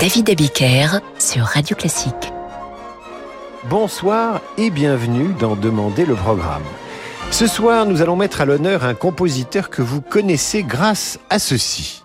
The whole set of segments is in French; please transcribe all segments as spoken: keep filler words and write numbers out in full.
David Abiker sur Radio Classique. Bonsoir et bienvenue dans Demander le programme. Ce soir, nous allons mettre à l'honneur un compositeur que vous connaissez grâce à ceci.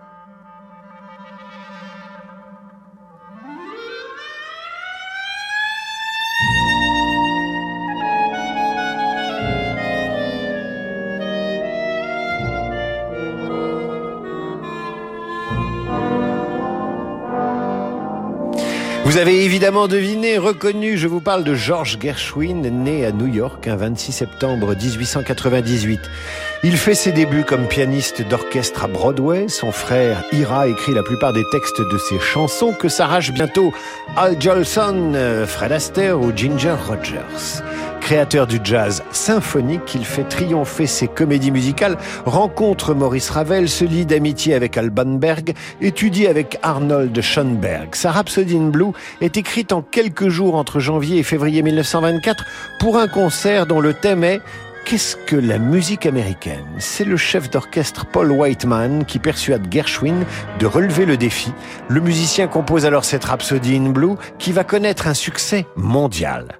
Vous avez évidemment deviné, reconnu, je vous parle de George Gershwin, né à New York un vingt-six septembre dix-huit cent quatre-vingt-dix-huit. Il fait ses débuts comme pianiste d'orchestre à Broadway. Son frère Ira écrit la plupart des textes de ses chansons que s'arrachent bientôt Al Jolson, Fred Astaire ou Ginger Rogers. Créateur du jazz symphonique, il fait triompher ses comédies musicales, rencontre Maurice Ravel, se lie d'amitié avec Alban Berg, étudie avec Arnold Schoenberg. Sa Rhapsody in Blue est écrite en quelques jours entre janvier et février mille neuf cent vingt-quatre pour un concert dont le thème est « Qu'est-ce que la musique américaine ?» C'est le chef d'orchestre Paul Whiteman qui persuade Gershwin de relever le défi. Le musicien compose alors cette Rhapsody in Blue qui va connaître un succès mondial.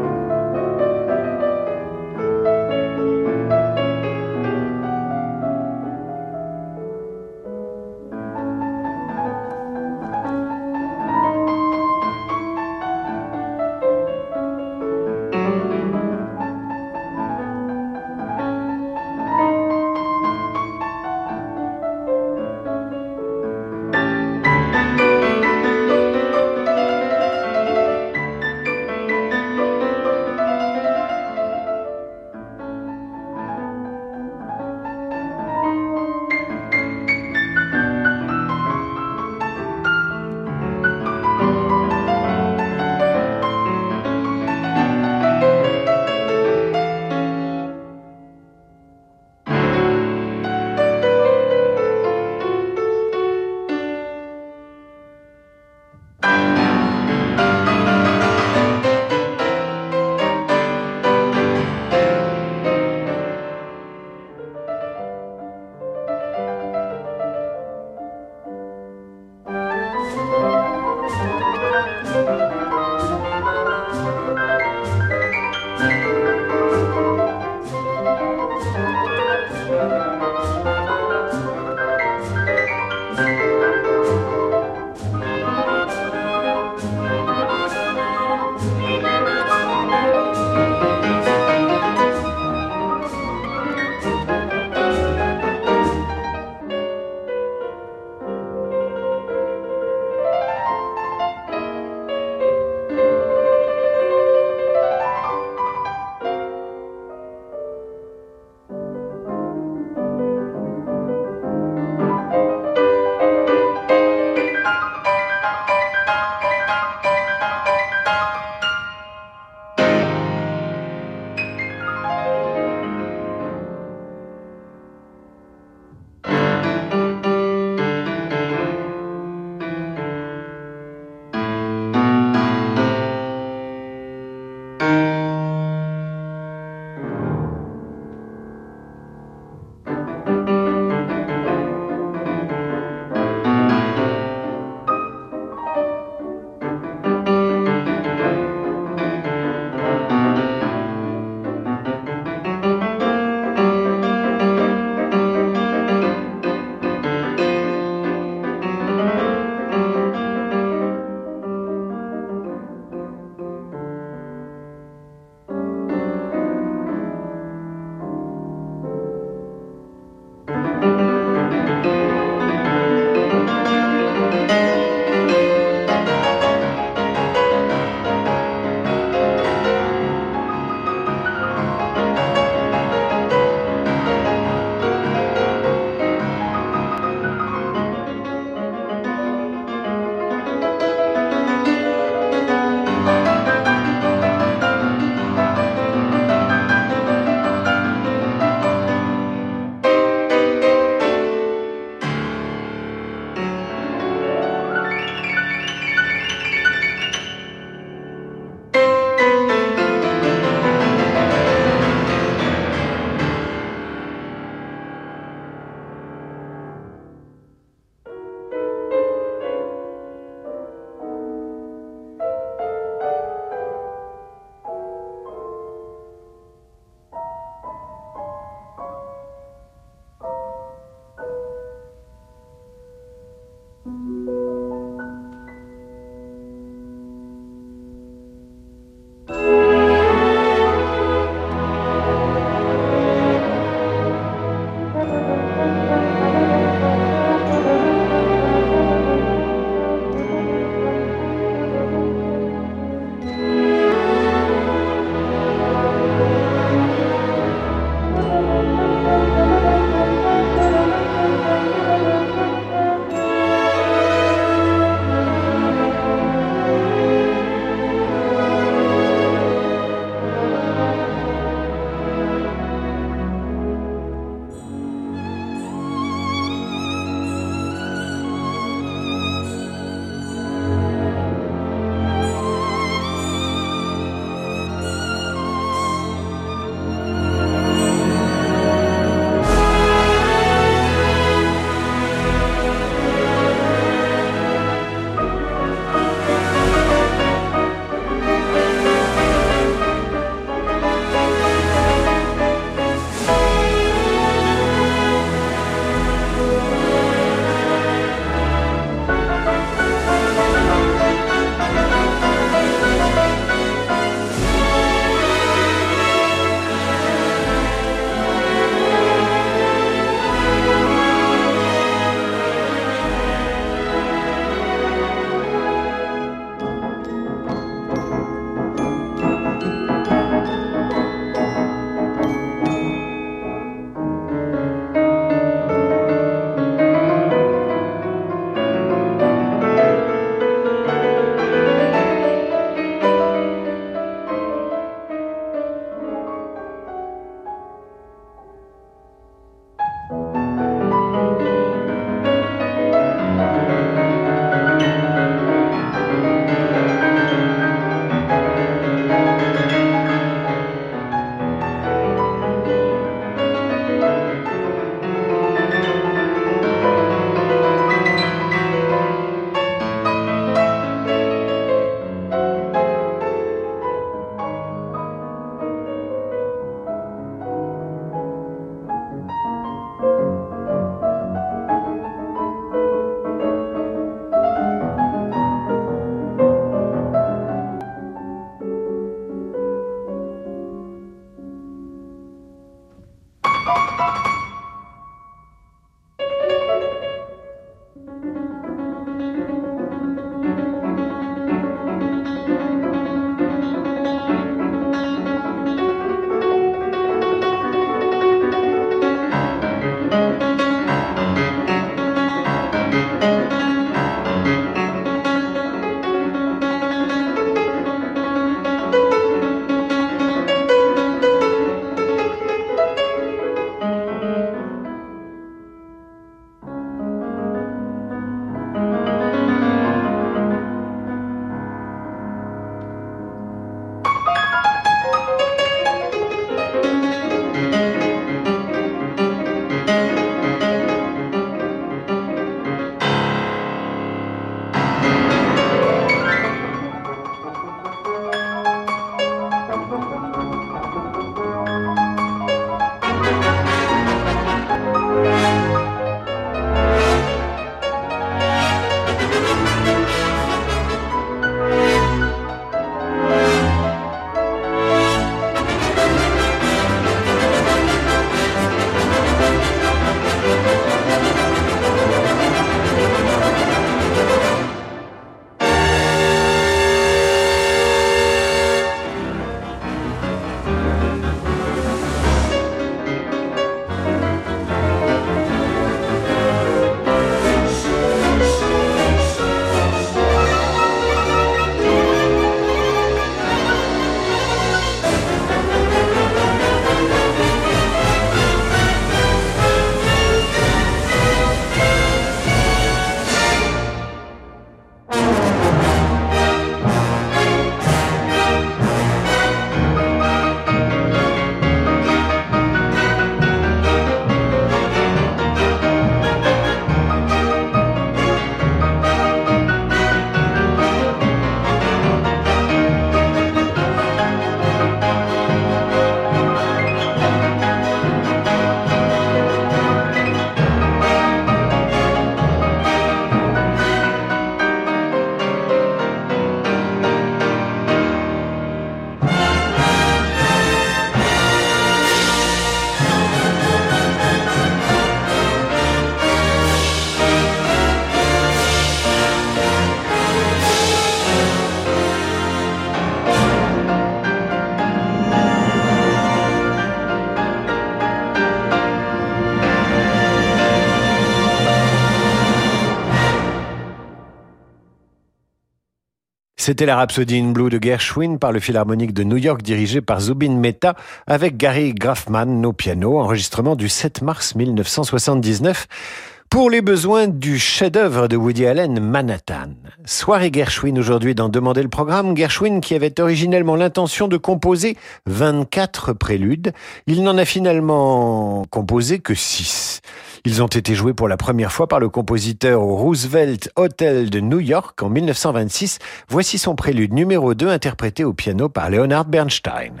C'était la Rhapsody in Blue de Gershwin par le Philharmonique de New York dirigé par Zubin Mehta avec Gary Grafman au piano, enregistrement du sept mars mille neuf cent soixante-dix-neuf pour les besoins du chef-d'œuvre de Woody Allen, Manhattan. Soirée Gershwin aujourd'hui dans Demander le programme. Gershwin qui avait originellement l'intention de composer vingt-quatre préludes, il n'en a finalement composé que six. Ils ont été joués pour la première fois par le compositeur au Roosevelt Hotel de New York en mille neuf cent vingt-six. Voici son prélude numéro deux interprété au piano par Leonard Bernstein.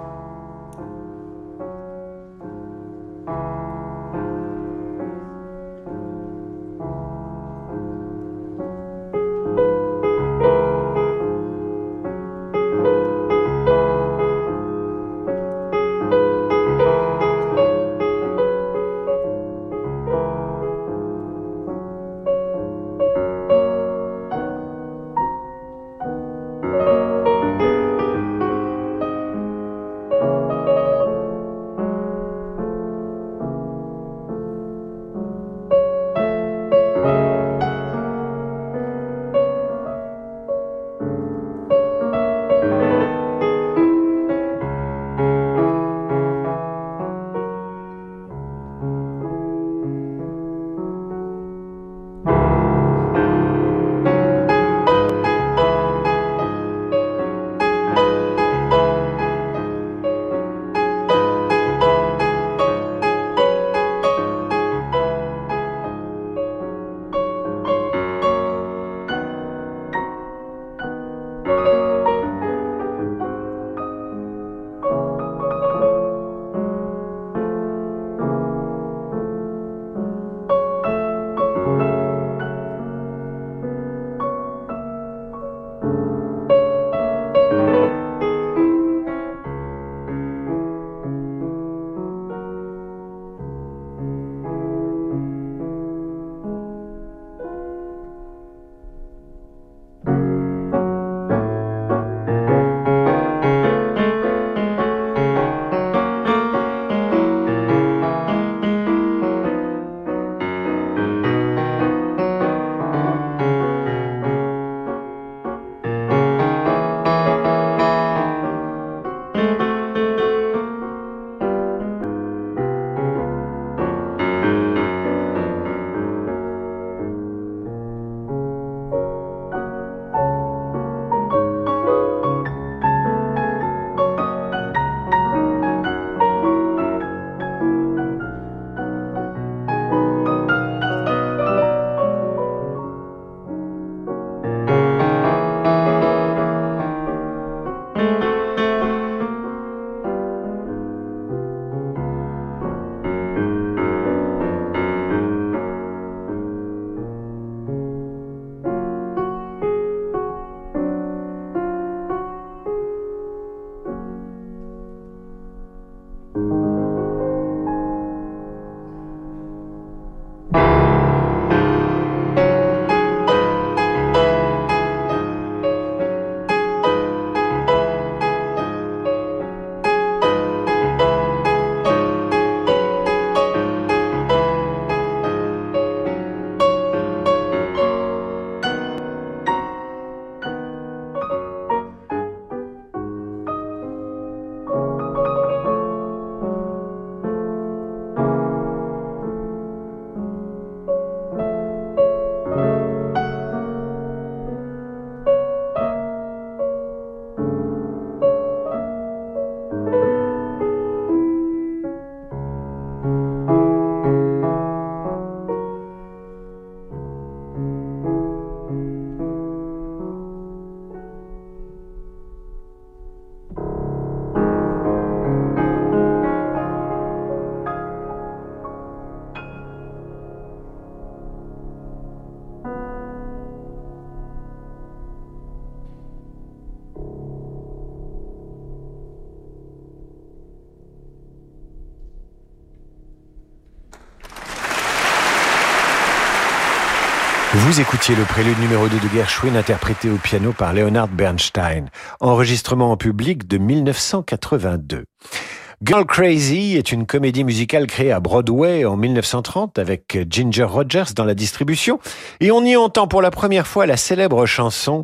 Vous écoutiez le prélude numéro deux de Gershwin interprété au piano par Leonard Bernstein, enregistrement en public de mille neuf cent quatre-vingt-deux. Girl Crazy est une comédie musicale créée à Broadway en mille neuf cent trente avec Ginger Rogers dans la distribution et on y entend pour la première fois la célèbre chanson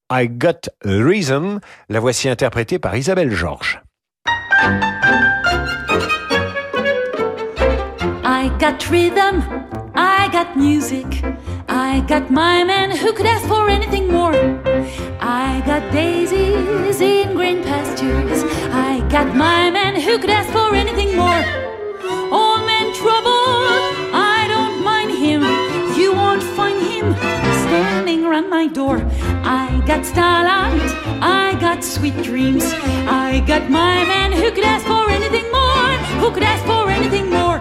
I Got a Rhythm. La voici interprétée par Isabelle Georges. I got rhythm, I got music, I got my man who could ask for anything more. I got daisies in green pastures, I got my man who could ask for anything more. Old man trouble, I don't mind him, you won't find him standing around my door. I got starlight, I got sweet dreams, I got my man who could ask for anything more, who could ask for anything more.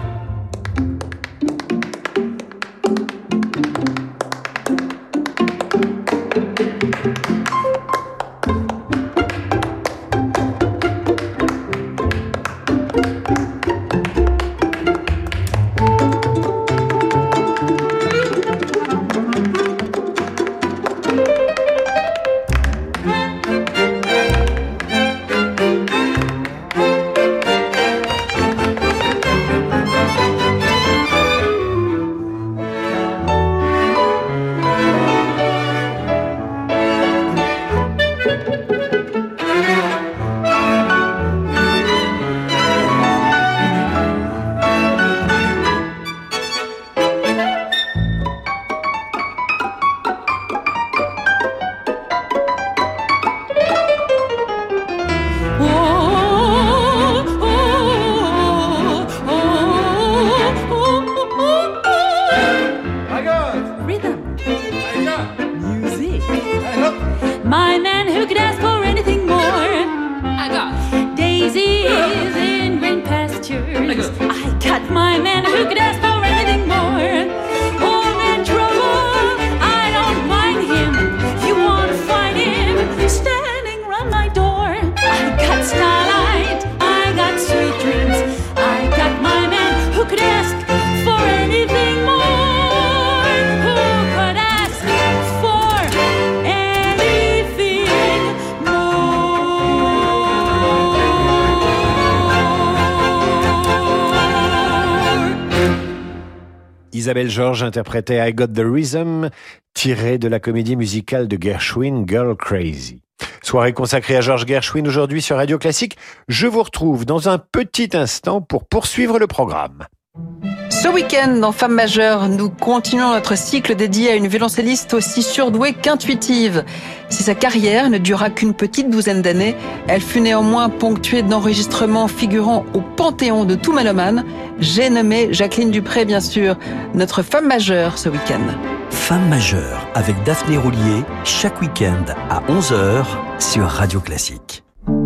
Isabelle Georges interprétait I Got the Rhythm, tiré de la comédie musicale de Gershwin, Girl Crazy. Soirée consacrée à Georges Gershwin aujourd'hui sur Radio Classique. Je vous retrouve dans un petit instant pour poursuivre le programme. Ce week-end, dans Femmes majeures, nous continuons notre cycle dédié à une violoncelliste aussi surdouée qu'intuitive. Si sa carrière ne dura qu'une petite douzaine d'années, elle fut néanmoins ponctuée d'enregistrements figurant au panthéon de tout mélomane. J'ai nommé Jacqueline Dupré, bien sûr, notre femme majeure ce week-end. Femme majeure avec Daphné Roulier, chaque week-end à onze heures sur Radio Classique.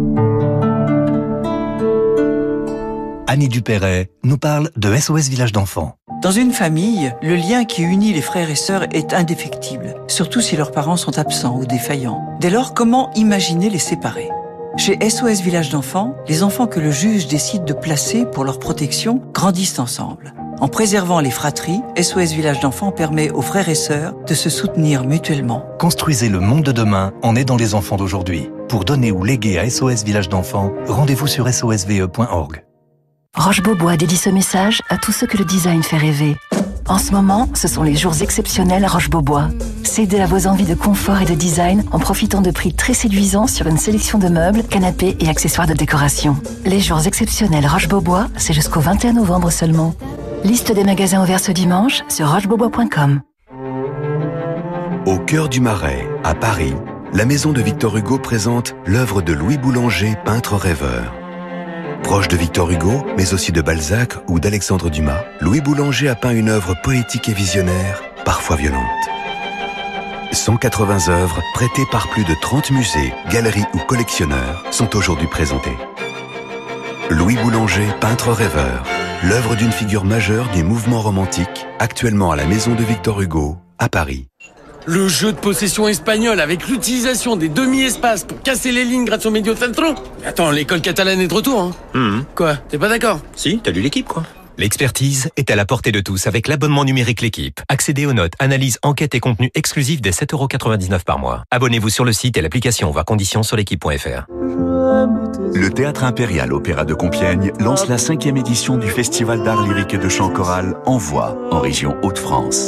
Annie Dupéret nous parle de S O S Village d'enfants. Dans une famille, le lien qui unit les frères et sœurs est indéfectible, surtout si leurs parents sont absents ou défaillants. Dès lors, comment imaginer les séparer ? Chez S O S Village d'enfants, les enfants que le juge décide de placer pour leur protection grandissent ensemble. En préservant les fratries, S O S Village d'enfants permet aux frères et sœurs de se soutenir mutuellement. Construisez le monde de demain en aidant les enfants d'aujourd'hui. Pour donner ou léguer à S O S Village d'enfants, rendez-vous sur S O S V E point org. Roche-Beaubois dédie ce message à tous ceux que le design fait rêver. En ce moment, ce sont les jours exceptionnels à Roche-Beaubois. Cédez à vos envies de confort et de design en profitant de prix très séduisants sur une sélection de meubles, canapés et accessoires de décoration. Les jours exceptionnels Roche-Beaubois, c'est jusqu'au vingt et un novembre seulement. Liste des magasins ouverts ce dimanche sur roche beaubois point com. Au cœur du Marais, à Paris, la maison de Victor Hugo présente l'œuvre de Louis Boulanger, peintre rêveur. Proche de Victor Hugo, mais aussi de Balzac ou d'Alexandre Dumas, Louis Boulanger a peint une œuvre poétique et visionnaire, parfois violente. cent quatre-vingts œuvres prêtées par plus de trente musées, galeries ou collectionneurs sont aujourd'hui présentées. Louis Boulanger, peintre rêveur, l'œuvre d'une figure majeure du mouvement romantique, actuellement à la maison de Victor Hugo, à Paris. Le jeu de possession espagnol avec l'utilisation des demi-espaces pour casser les lignes grâce au medio centro. Attends, l'école catalane est de retour, hein mmh. Quoi, t'es pas d'accord? Si, t'as lu l'équipe, quoi. L'expertise est à la portée de tous avec l'abonnement numérique L'équipe. Accédez aux notes, analyses, enquêtes et contenus exclusifs dès sept euros quatre-vingt-dix-neuf par mois. Abonnez-vous sur le site et l'application, voir conditions sur l'équipe point f r. Le Théâtre Impérial Opéra de Compiègne lance la cinquième édition du Festival d'art lyrique et de chant choral En Voix, en région Hauts-de-France.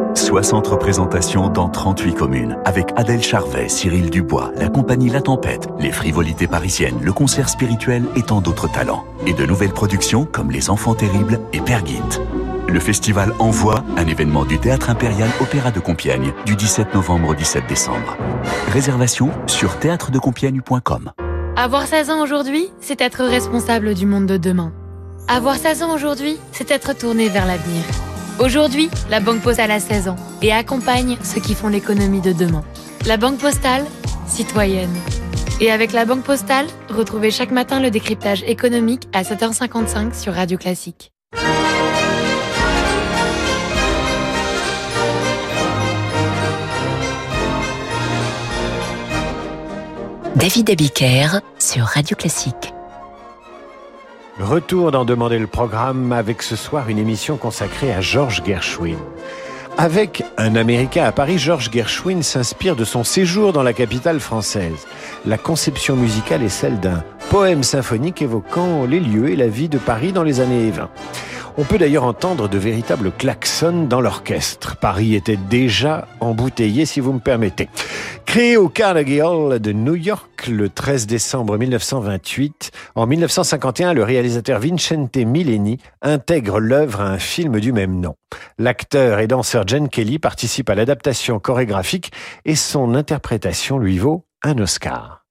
soixante représentations dans trente-huit communes, avec Adèle Charvet, Cyril Dubois, la compagnie La Tempête, les Frivolités Parisiennes, le concert spirituel et tant d'autres talents. Et de nouvelles productions comme Les Enfants Terribles et Peer Gynt. Le festival Envoie, un événement du Théâtre Impérial Opéra de Compiègne, du dix-sept novembre au dix-sept décembre. Réservation sur théâtre de compiègne point com. Avoir seize ans aujourd'hui, c'est être responsable du monde de demain. Avoir seize ans aujourd'hui, c'est être tourné vers l'avenir. Aujourd'hui, la Banque Postale a seize ans et accompagne ceux qui font l'économie de demain. La Banque Postale, citoyenne. Et avec la Banque Postale, retrouvez chaque matin le décryptage économique à sept heures cinquante-cinq sur Radio Classique. David Abiker sur Radio Classique. Retour d'en demander le programme avec ce soir une émission consacrée à George Gershwin. Avec Un Américain à Paris, George Gershwin s'inspire de son séjour dans la capitale française. La conception musicale est celle d'un poème symphonique évoquant les lieux et la vie de Paris dans les années vingt. On peut d'ailleurs entendre de véritables klaxons dans l'orchestre. Paris était déjà embouteillé, si vous me permettez. Créé au Carnegie Hall de New York le treize décembre mille neuf cent vingt-huit, en mille neuf cent cinquante et un, le réalisateur Vincente Milleni intègre l'œuvre à un film du même nom. L'acteur et danseur Gene Kelly participe à l'adaptation chorégraphique et son interprétation lui vaut un Oscar.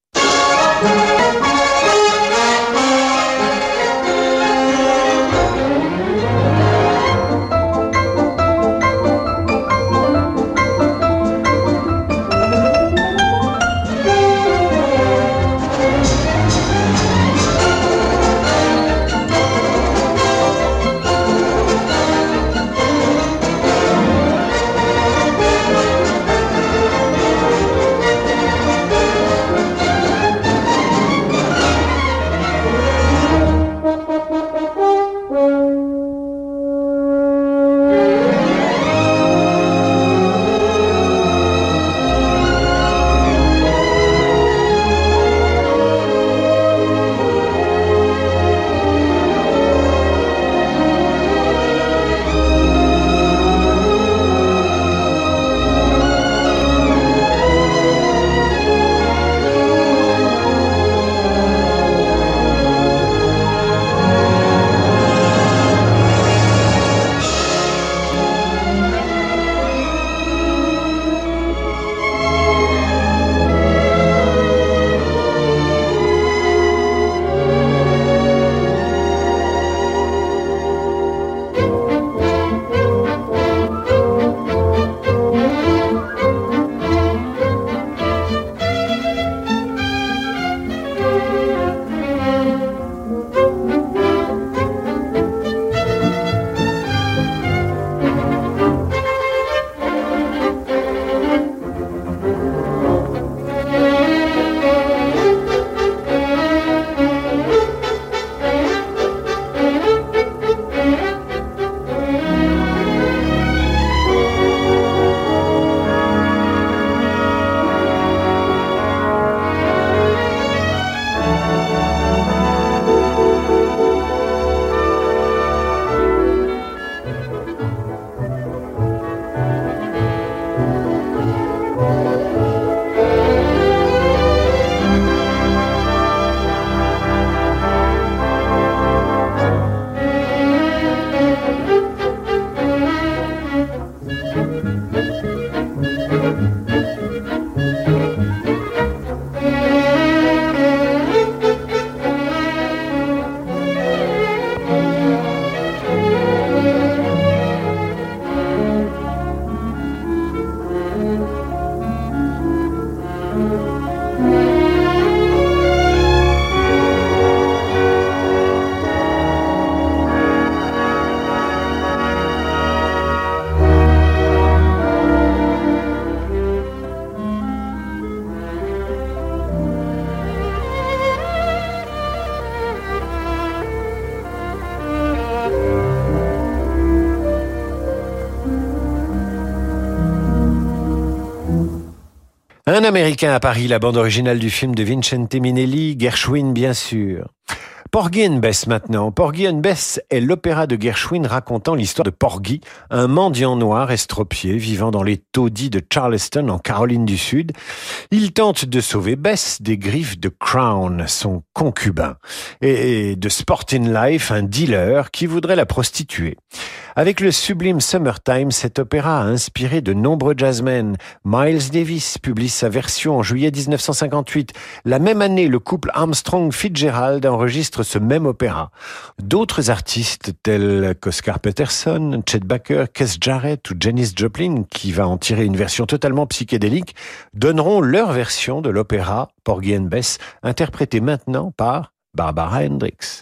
Un Américain à Paris, la bande originale du film de Vincente Minnelli, Gershwin bien sûr. Porgy and Bess maintenant. Porgy and Bess est l'opéra de Gershwin racontant l'histoire de Porgy, un mendiant noir estropié vivant dans les taudis de Charleston en Caroline du Sud. Il tente de sauver Bess des griffes de Crown, son concubin, et de Sportin' Life, un dealer qui voudrait la prostituer. Avec le sublime Summertime, cet opéra a inspiré de nombreux jazzmen. Miles Davis publie sa version en juillet dix-neuf cent cinquante-huit. La même année, le couple Armstrong-Fitzgerald enregistre ce même opéra. D'autres artistes tels qu'Oscar Peterson, Chet Baker, Keith Jarrett ou Janis Joplin, qui va en tirer une version totalement psychédélique, donneront leur version de l'opéra Porgy and Bess, interprétée maintenant par Barbara Hendricks.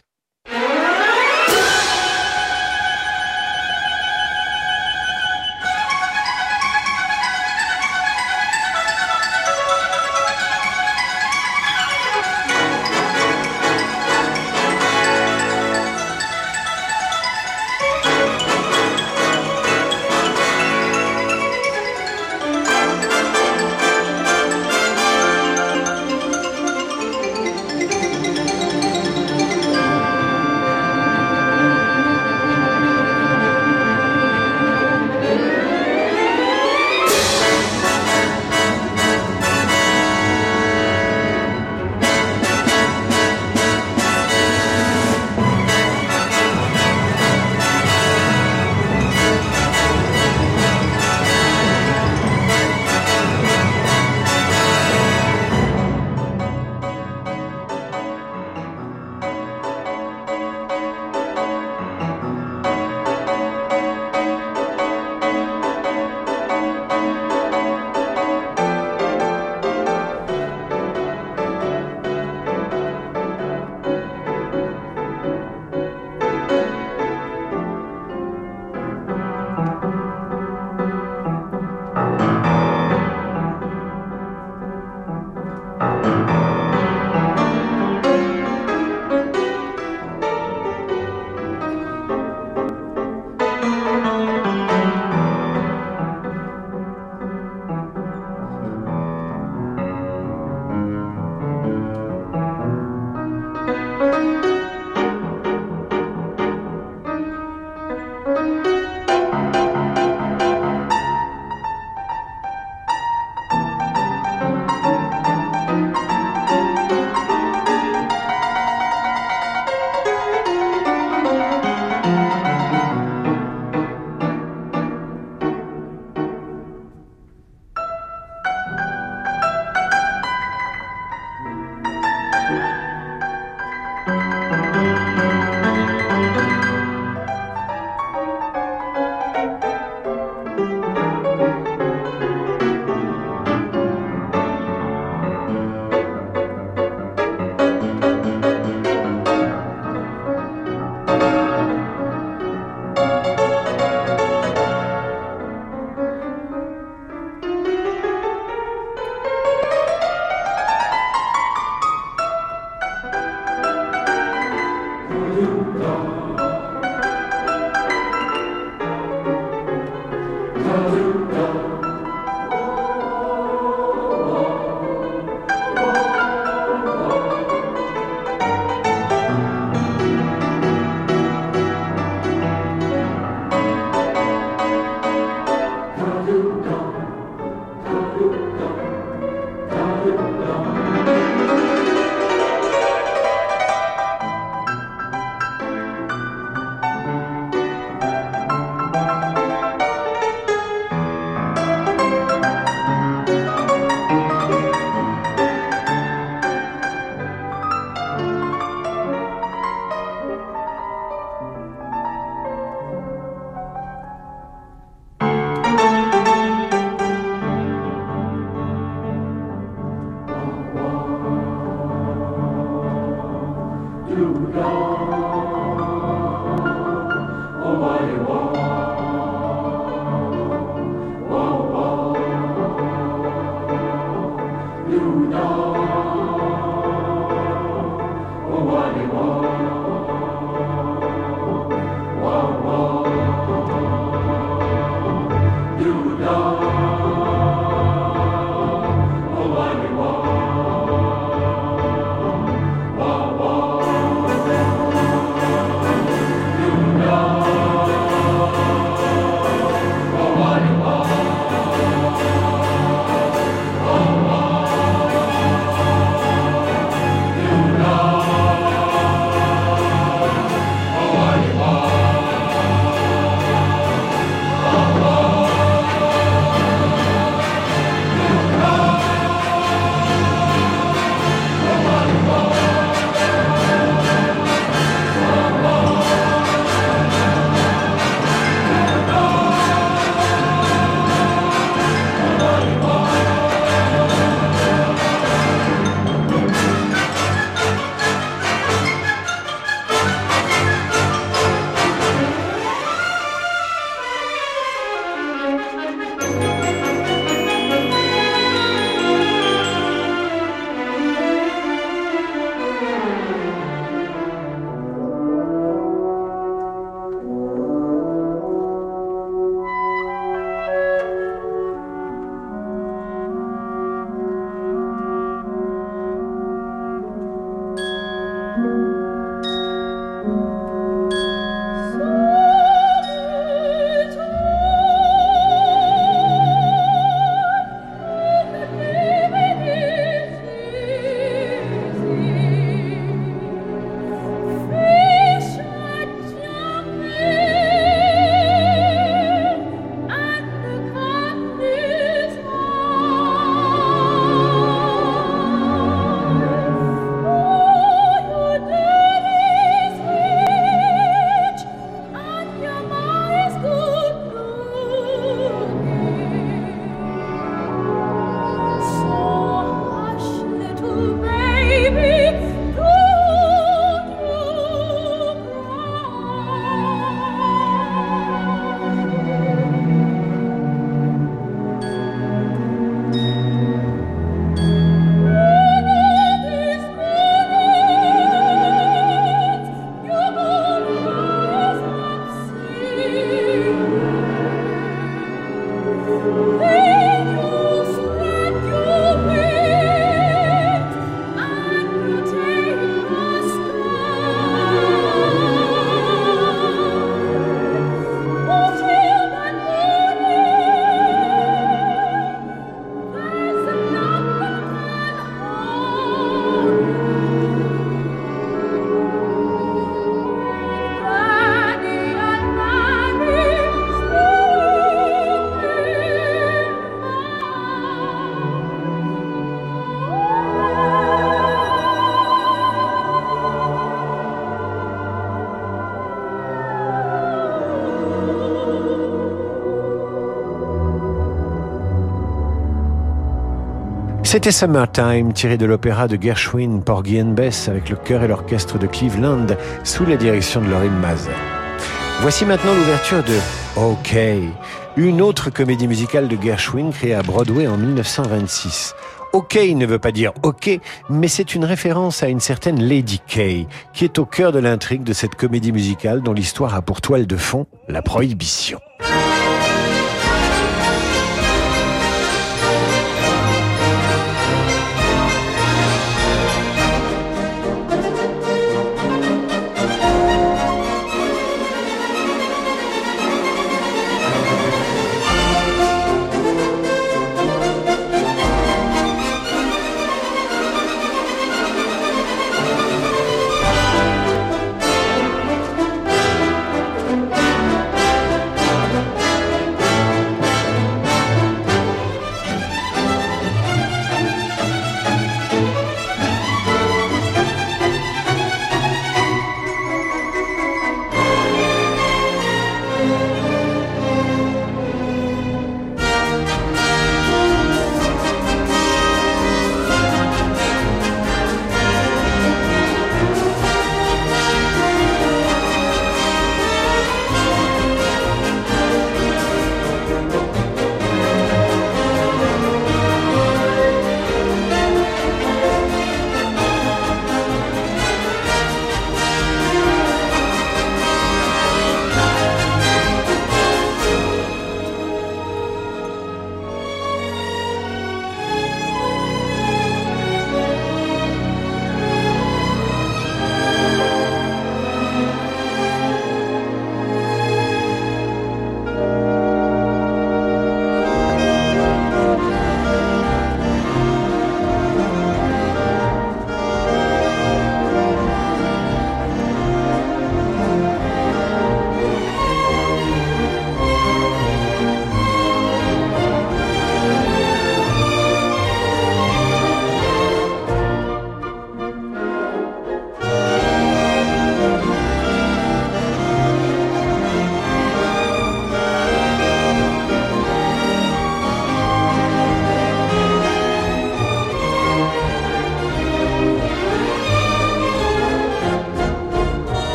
C'était Summertime, tiré de l'opéra de Gershwin, Porgy and Bess, avec le chœur et l'orchestre de Cleveland, sous la direction de Lorin Maazel. Voici maintenant l'ouverture de OK, une autre comédie musicale de Gershwin créée à Broadway en dix-neuf cent vingt-six. OK ne veut pas dire OK, mais c'est une référence à une certaine Lady Kay, qui est au cœur de l'intrigue de cette comédie musicale dont l'histoire a pour toile de fond la prohibition.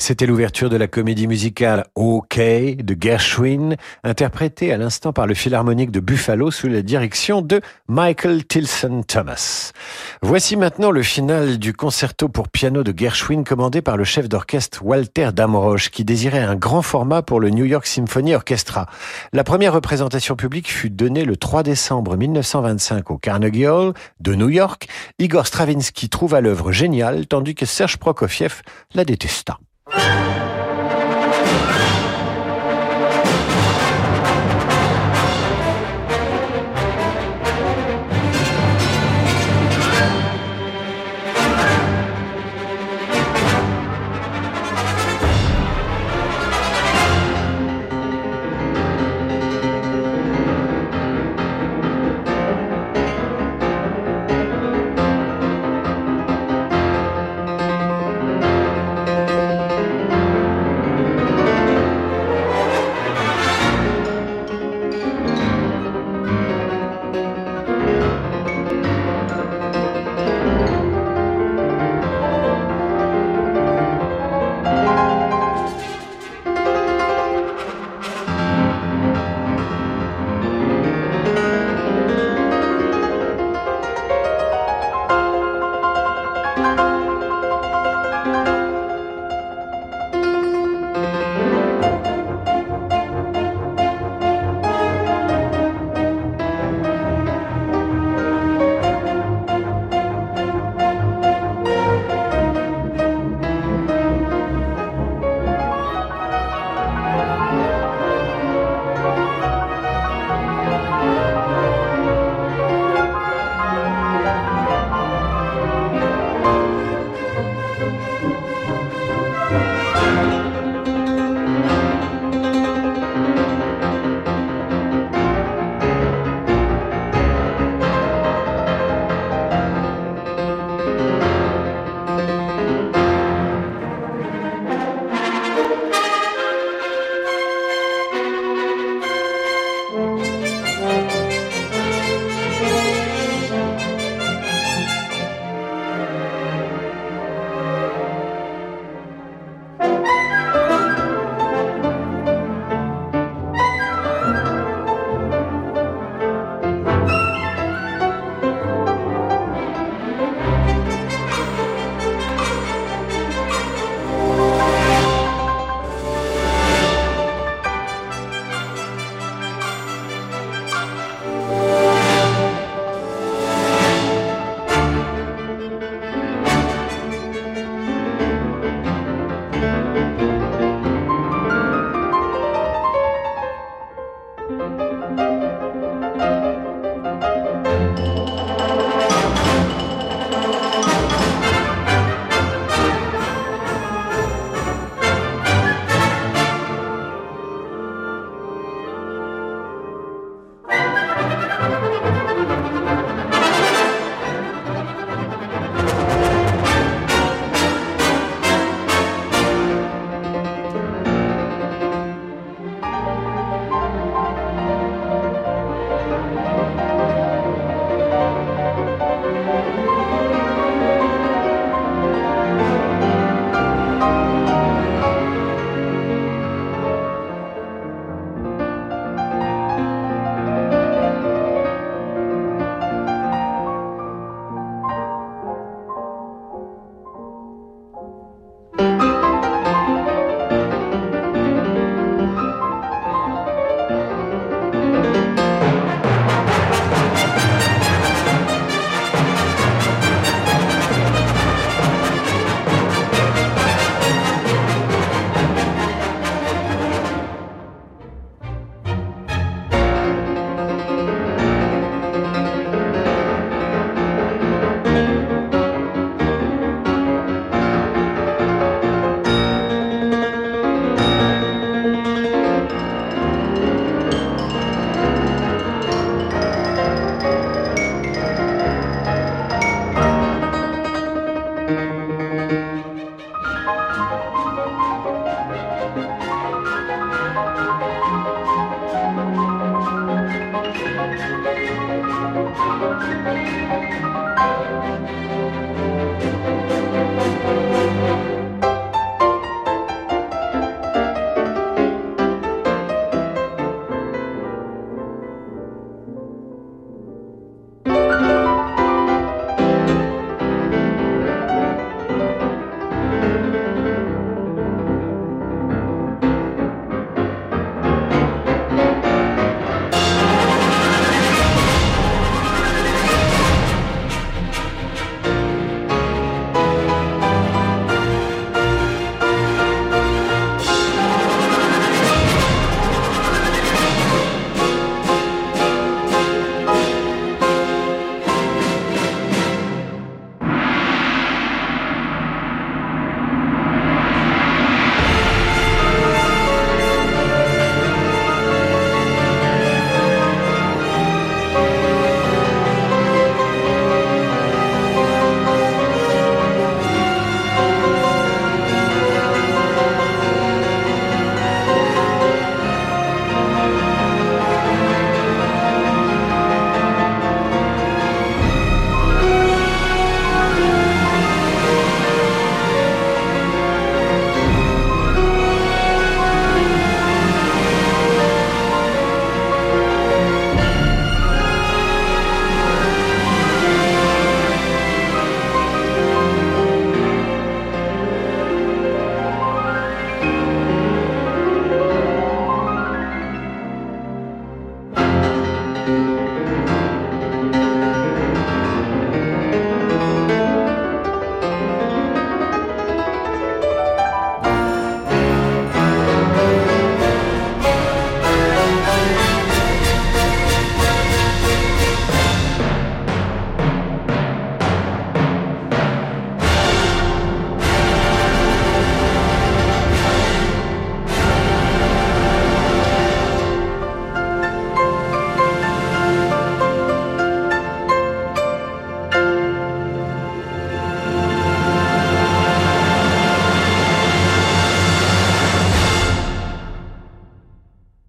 C'était l'ouverture de la comédie musicale OK de Gershwin, interprétée à l'instant par le Philharmonique de Buffalo sous la direction de Michael Tilson Thomas. Voici maintenant le final du concerto pour piano de Gershwin commandé par le chef d'orchestre Walter Damrosch qui désirait un grand format pour le New York Symphony Orchestra. La première représentation publique fut donnée le trois décembre mille neuf cent vingt-cinq au Carnegie Hall de New York. Igor Stravinsky trouva l'œuvre géniale tandis que Serge Prokofiev la détesta.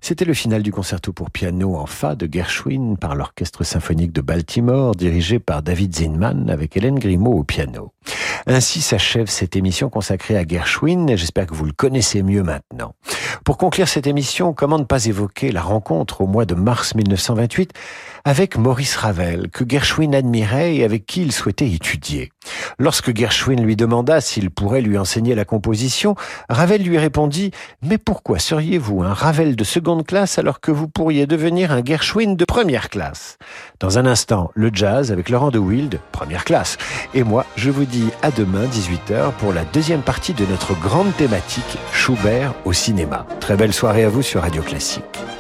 C'était le final du concerto pour piano en fa de Gershwin par l'Orchestre symphonique de Baltimore, dirigé par David Zinman avec Hélène Grimaud au piano. Ainsi s'achève cette émission consacrée à Gershwin, et j'espère que vous le connaissez mieux maintenant. Pour conclure cette émission, comment ne pas évoquer la rencontre au mois de mars mille neuf cent vingt-huit avec Maurice Ravel, que Gershwin admirait et avec qui il souhaitait étudier. Lorsque Gershwin lui demanda s'il pourrait lui enseigner la composition, Ravel lui répondit « Mais pourquoi seriez-vous un Ravel de seconde classe alors que vous pourriez devenir un Gershwin de première classe ?» Dans un instant, le jazz avec Laurent de Wild, première classe. Et moi, je vous dis à demain, dix-huit heures, pour la deuxième partie de notre grande thématique Schubert au cinéma. Très belle soirée à vous sur Radio Classique.